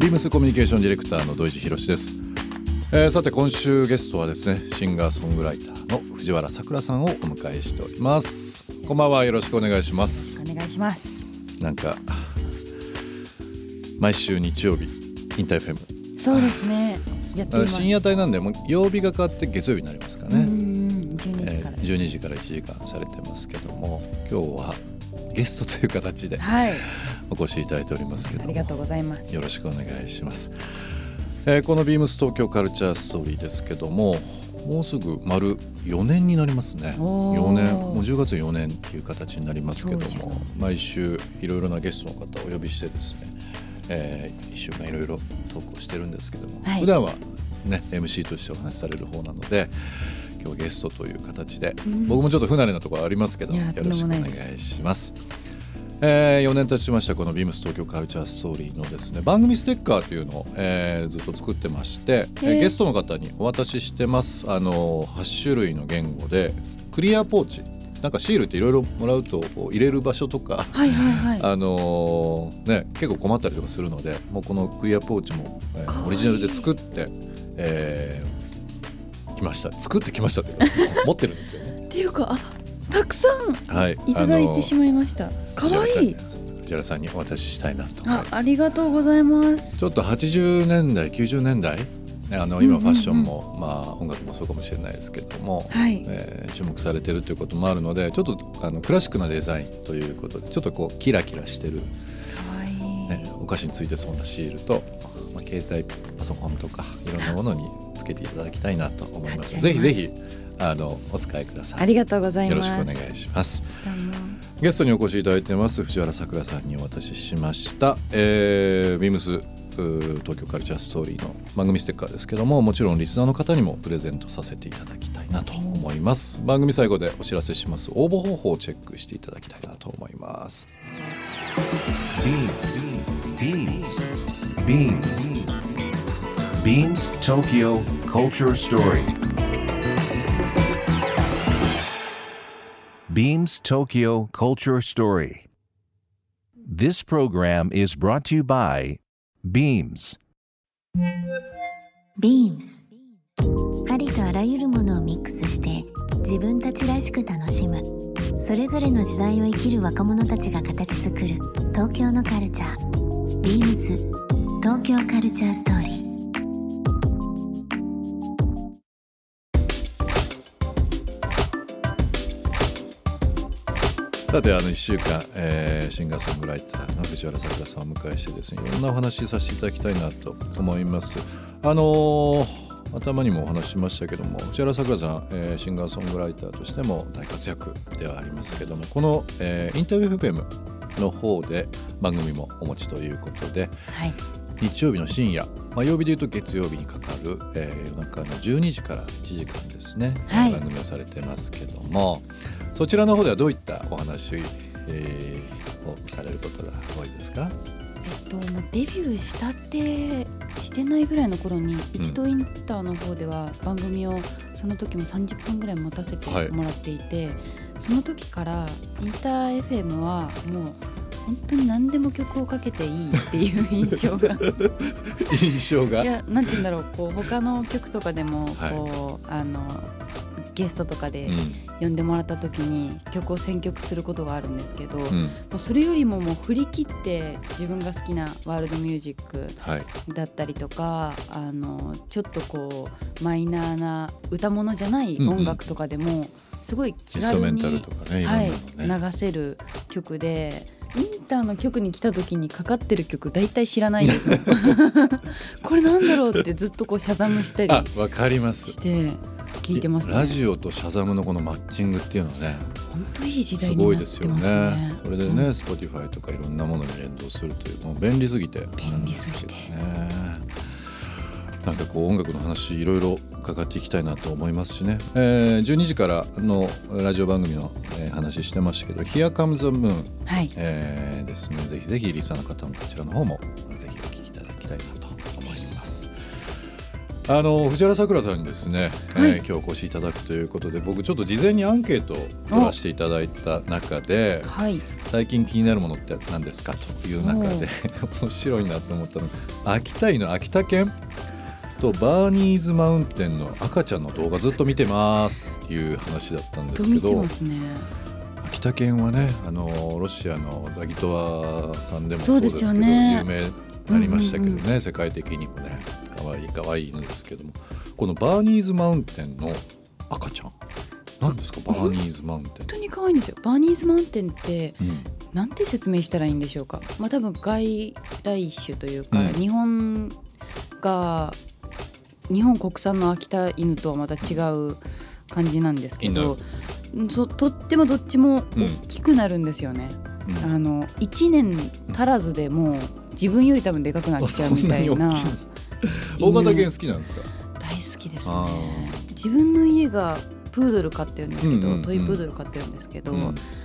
ビームスコミュニケーションディレクターの土井地博です。さて今週ゲストはですね、シンガーソングライターの藤原さくらさんをお迎えしております。こんばんは、よろしくお願いします。 お願いします。 なんか毎週日曜日インターフェム、 そうですね、やっています。 深夜帯なんでもう曜日が変わって月曜日になりますかね。 12時から、 12時から1時間されてますけども、今日はゲストという形でお越しいただいておりますけども、 ありがとうございます。 よろしくお願いします。このビームス東京カルチャーストーリーですけども、もうすぐ丸4年になりますね。4年、もう10月4年っていう形になりますけども、毎週いろいろなゲストの方をお呼びしてですね、1週間いろいろトークをしてるんですけども、普段はね MC としてお話しされる方なので、今日ゲストという形で、僕もちょっと不慣れなところありますけど、よろしくお願いします。4年経ちましたこのビームス東京カルチャーストーリーのですね、番組ステッカーというのを、ずっと作ってまして、ゲストの方にお渡ししてます。8種類の言語でクリアポーチ、なんかシールっていろいろもらうとこう入れる場所とか、ね、結構困ったりとかするので、もうこのクリアポーチも、オリジナルで作って、きました。作ってきましたというか持ってるんですけどね。 っていうか、たくさんいただいてしまいました。かわいい。 藤原さんにお渡ししたいなと思います。 ありがとうございます。 ちょっと80年代90年代、今ファッションも、音楽もそうかもしれないですけども、注目されているということもあるので、ちょっとクラシックなデザインということで、ちょっとこうキラキラしてる、お菓子についてそうなシールと、携帯パソコンとかいろんなものにつけていただきたいなと思います。ぜひぜひお使いください。 ありがとうございます。 よろしくお願いします。ゲストにお越しいただいています藤原さくらさんにお渡ししました、ビームス東京カルチャーストーリーの番組ステッカーですけども、もちろんリスナーの方にもプレゼントさせていただきたいなと思います。番組最後でお知らせします応募方法をチェックしていただきたいなと思います。 Beams Tokyo Culture Story.Beams Tokyo Culture Story. This program is brought to you by Beams. Beams ありとあらゆるものをミックスして自分たちらしく楽しむ、それぞれの時代を生きる若者たちが形作る東京のカルチャー。 Beams 東京カルチャーストーリー。 さて1週間、シンガーソングライターの藤原さくらさんをお迎えしてですね、いろんなお話させていただきたいなと思います。頭にもお話ししましたけども、藤原さくらさん、シンガーソングライターとしても大活躍ではありますけども、この、インタビュー FM の方で番組もお持ちということで、日曜日の深夜、曜日でいうと月曜日にかかる、夜中の12時から1時間ですね、番組をされてますけども、そちらの方ではどういったお話、をされることが多いですか？ デビューしたってしてないぐらいの頃に、一度インターの方では番組をその時も30分ぐらい持たせてもらっていて、その時からインター FM はもう本当に何でも曲をかけていいっていう印象がいや、なんて言うんだろう、こう他の曲とかでもこう、ゲストとかで呼んでもらった時に曲を選曲することがあるんですけど、もうそれよりももう振り切って自分が好きなワールドミュージックだったりとか、ちょっとこうマイナーな歌物じゃない音楽とかでもすごい気軽に、流せる曲で、インターの曲に来た時にかかってる曲大体知らないんですよこれなんだろうってずっとこうシャザムしたりわかりますして聞いてますね。 ラジオとシャザムのこのマッチングっていうのはね、 本当いい時代になってますね。すごいですよね。 それでね、Spotify とかいろんなものに連動するという、もう便利すぎてなんかこう音楽の話いろいろ伺っていきたいなと思いますしね、12時からのラジオ番組の、話してましたけど、 Here Comes the Moon、ですね、ぜひぜひリスナーの方もこちらの方もぜひお聞きいただきたいなと思います。 藤原さくらさんにですね、今日お越しいただくということで、僕ちょっと事前にアンケートを取らせていただいた中で、最近気になるものって何ですかという中で面白いなと思ったのが、秋田犬秋田犬とバーニーズマウンテンの赤ちゃんの動画ずっと見てますっていう話だったんですけど、秋田犬はね、ロシアのザギトワさんでもそうですけど有名になりましたけどね、世界的にもねかわいい犬ですけども、このバーニーズマウンテンの赤ちゃん何ですか？バーニーズマウンテン本当に可愛いんですよ。バーニーズマウンテンって、なんて説明したらいいんでしょうか。多分外来種というか、日本国産の秋田犬とはまた違う感じなんですけど、とってもどっちも大きくなるんですよね。1年足らずでもう自分より多分でかくなっちゃうみたいな。 大型犬好きなんですか？ 大好きですね。自分の家がプードル飼ってるんですけど、トイプードル飼ってるんですけど、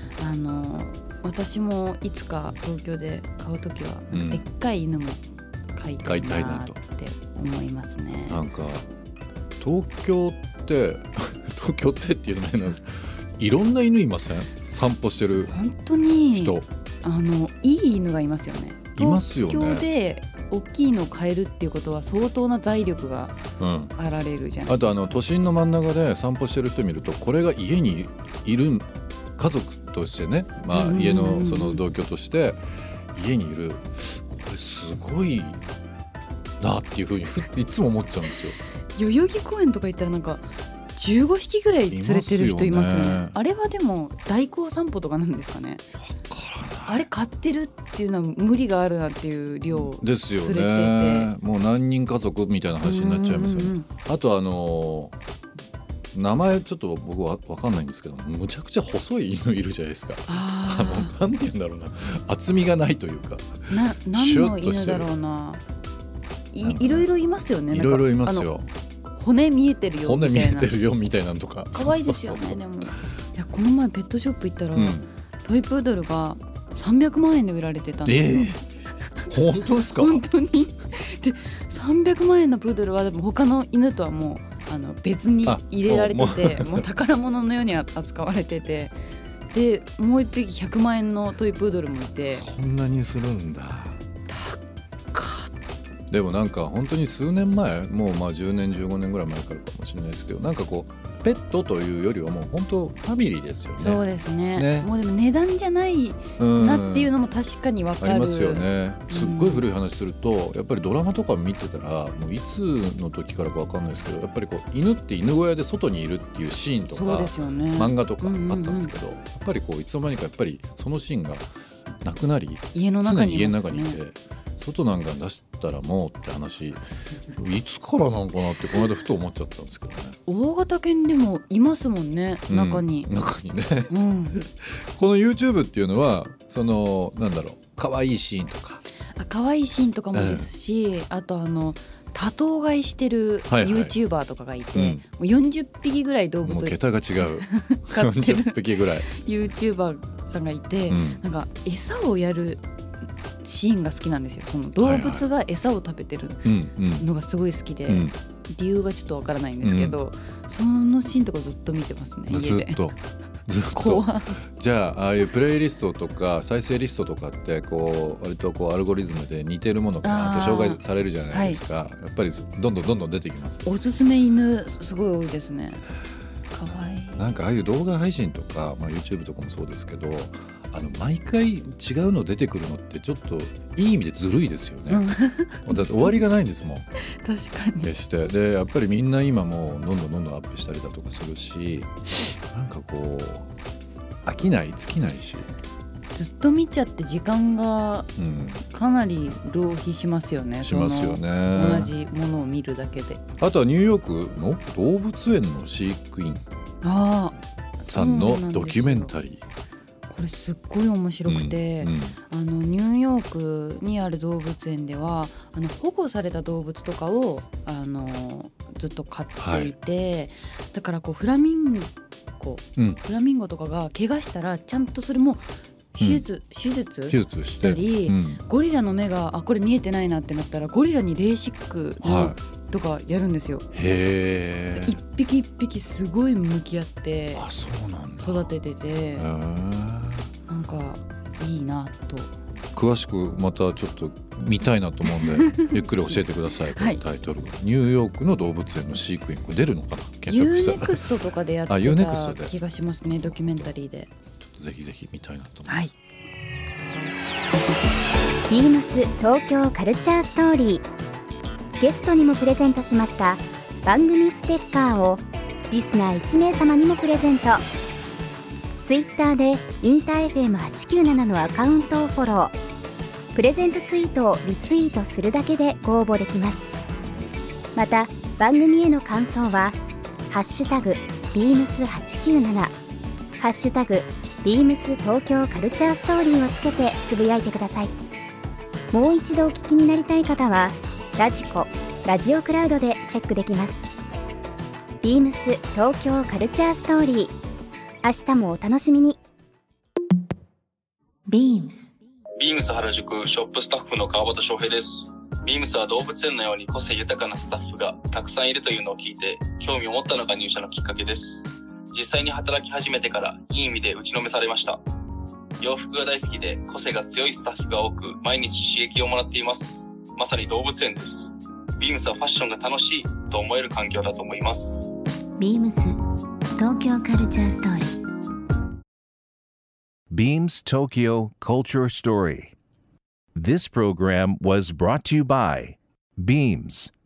私もいつか東京で買うときは、でっかい犬も飼いたいなって思いますね。 なんか東京ってっていうのも変なんですけど、いろんな犬いません？散歩してる人。 本当にいい犬がいますよね。 いますよね。 東京で大きいのを飼えるっていうことは相当な財力があられるじゃないですか。 あと都心の真ん中で散歩してる人見ると、これが家にいる家族としてね、家のその同居として家にいる、これすごいなっていうふうにいつも思っちゃうんですよ。 代々木公園とか行ったらなんか15匹ぐらい連れてる人いますよね。あれはでも代行散歩とかなんですかね。あれ飼ってるっていうのは無理があるなっていう量ですよ連れてね。もう何人家族みたいな話になっちゃいますよね。あと名前ちょっと僕は分かんないんですけど、むちゃくちゃ細い犬いるじゃないですか。なんて言うんだろうな、厚みがないというか、 何の犬だろうな。いろいろいますよね。 いろいろいますよ。 骨見えてるよみたいな。 骨見えてるよみたいなのとか。 可愛いですよね。でもこの前ペットショップ行ったら、トイプードルが300万円で売られてたんですよ。 本当ですか？ 本当に。で300万円のプードルはでも他の犬とはもう別に入れられてて、もう宝物のように扱われてて、でもう一匹100万円のトイプードルもいて。 そんなにするんだ。でもなんか本当に数年前、もう10年15年ぐらい前からかもしれないですけど、なんかこうペットというよりはもう本当ファミリーですよね。 そうです ね。もうでも値段じゃないなっていうのも確かに分かる。 ありますよね。すっごい古い話すると、やっぱりドラマとか見てたら、もういつの時からか分かんないですけど、やっぱりこう犬って犬小屋で外にいるっていうシーンとか、 そうですよね、 漫画とかあったんですけど、やっぱりこういつの間にかやっぱりそのシーンがなくなり、 家の中にいますね。 常に家の中にいて、外なんか出したらもうって話、いつからなんかなってこの間ふと思っちゃったんですけどね。 大型犬でもいますもんね、中にね、この YouTube っていうのはなんだろう、可愛いシーンとか可愛いシーンとかもですし、あと多頭飼いしてる YouTuber とかがいて、もう40匹ぐらい動物もう桁が違う飼ってる 40匹ぐらい YouTuber さんがいて、なんか餌をやるシーンが好きなんですよ。その動物が餌を食べてるのがすごい好きで、理由がちょっとわからないんですけど、そのシーンとかずっと見てますね、家で。 ずっとじゃあ、ああいうプレイリストとか再生リストとかって割とアルゴリズムで似てるものが紹介されるじゃないですか。やっぱりどんどん出てきます。 おすすめ犬すごい多いですね。かわいい。 なんかああいう動画配信とか、YouTube とかもそうですけど、毎回違うの出てくるのってちょっといい意味でずるいですよね。だって終わりがないんですもん。 確かに。 決してで、やっぱりみんな今もうどんどんアップしたりだとかするし、なんか飽きない、尽きないし、 ずっと見ちゃって時間がかなり浪費しますよね。 しますよね。 同じものを見るだけで。 あとはニューヨークの動物園の飼育員さんのドキュメンタリー、 これすっごい面白くて、ニューヨークにある動物園では保護された動物とかをずっと飼っていて、だからフラミンゴとかが怪我したらちゃんとそれも手術したり、ゴリラの目がこれ見えてないなってなったらゴリラにレーシックのとかやるんですよ。 へー。 一匹一匹すごい向き合ってそうなんだ。 育ててて、なんかいいなと。 詳しくまたちょっと見たいなと思うんでゆっくり教えてください。このタイトル、ニューヨークの動物園の飼育員、これ出るのかな、検索したら。 UNEXT とかでやってた気がしますね、ドキュメンタリーで。 ちょっとぜひぜひ見たいなと思います。 ビームス東京カルチャーストーリー、ゲストにもプレゼントしました番組ステッカーをリスナー1名様にもプレゼント。ツイッターでインター FM897 のアカウントをフォロー、プレゼントツイートをリツイートするだけでご応募できます。また番組への感想はハッシュタグビームス897、ハッシュタグビームス東京カルチャーストーリーをつけてつぶやいてください。もう一度お聞きになりたい方はラジコ、ラジオクラウドでチェックできます。ビームス東京カルチャーストーリー、明日もお楽しみに。 ビームス原宿ショップスタッフの川端翔平です。ビームスは動物園のように個性豊かなスタッフがたくさんいるというのを聞いて興味を持ったのが入社のきっかけです。実際に働き始めてからいい意味で打ちのめされました。洋服が大好きで個性が強いスタッフが多く毎日刺激をもらっています。まさに動物園です。ビームスはファッションが楽しいと思える環境だと思います。 ビームス東京カルチャーストーリー。 Beams Tokyo Culture Story. This program was brought to you by Beams.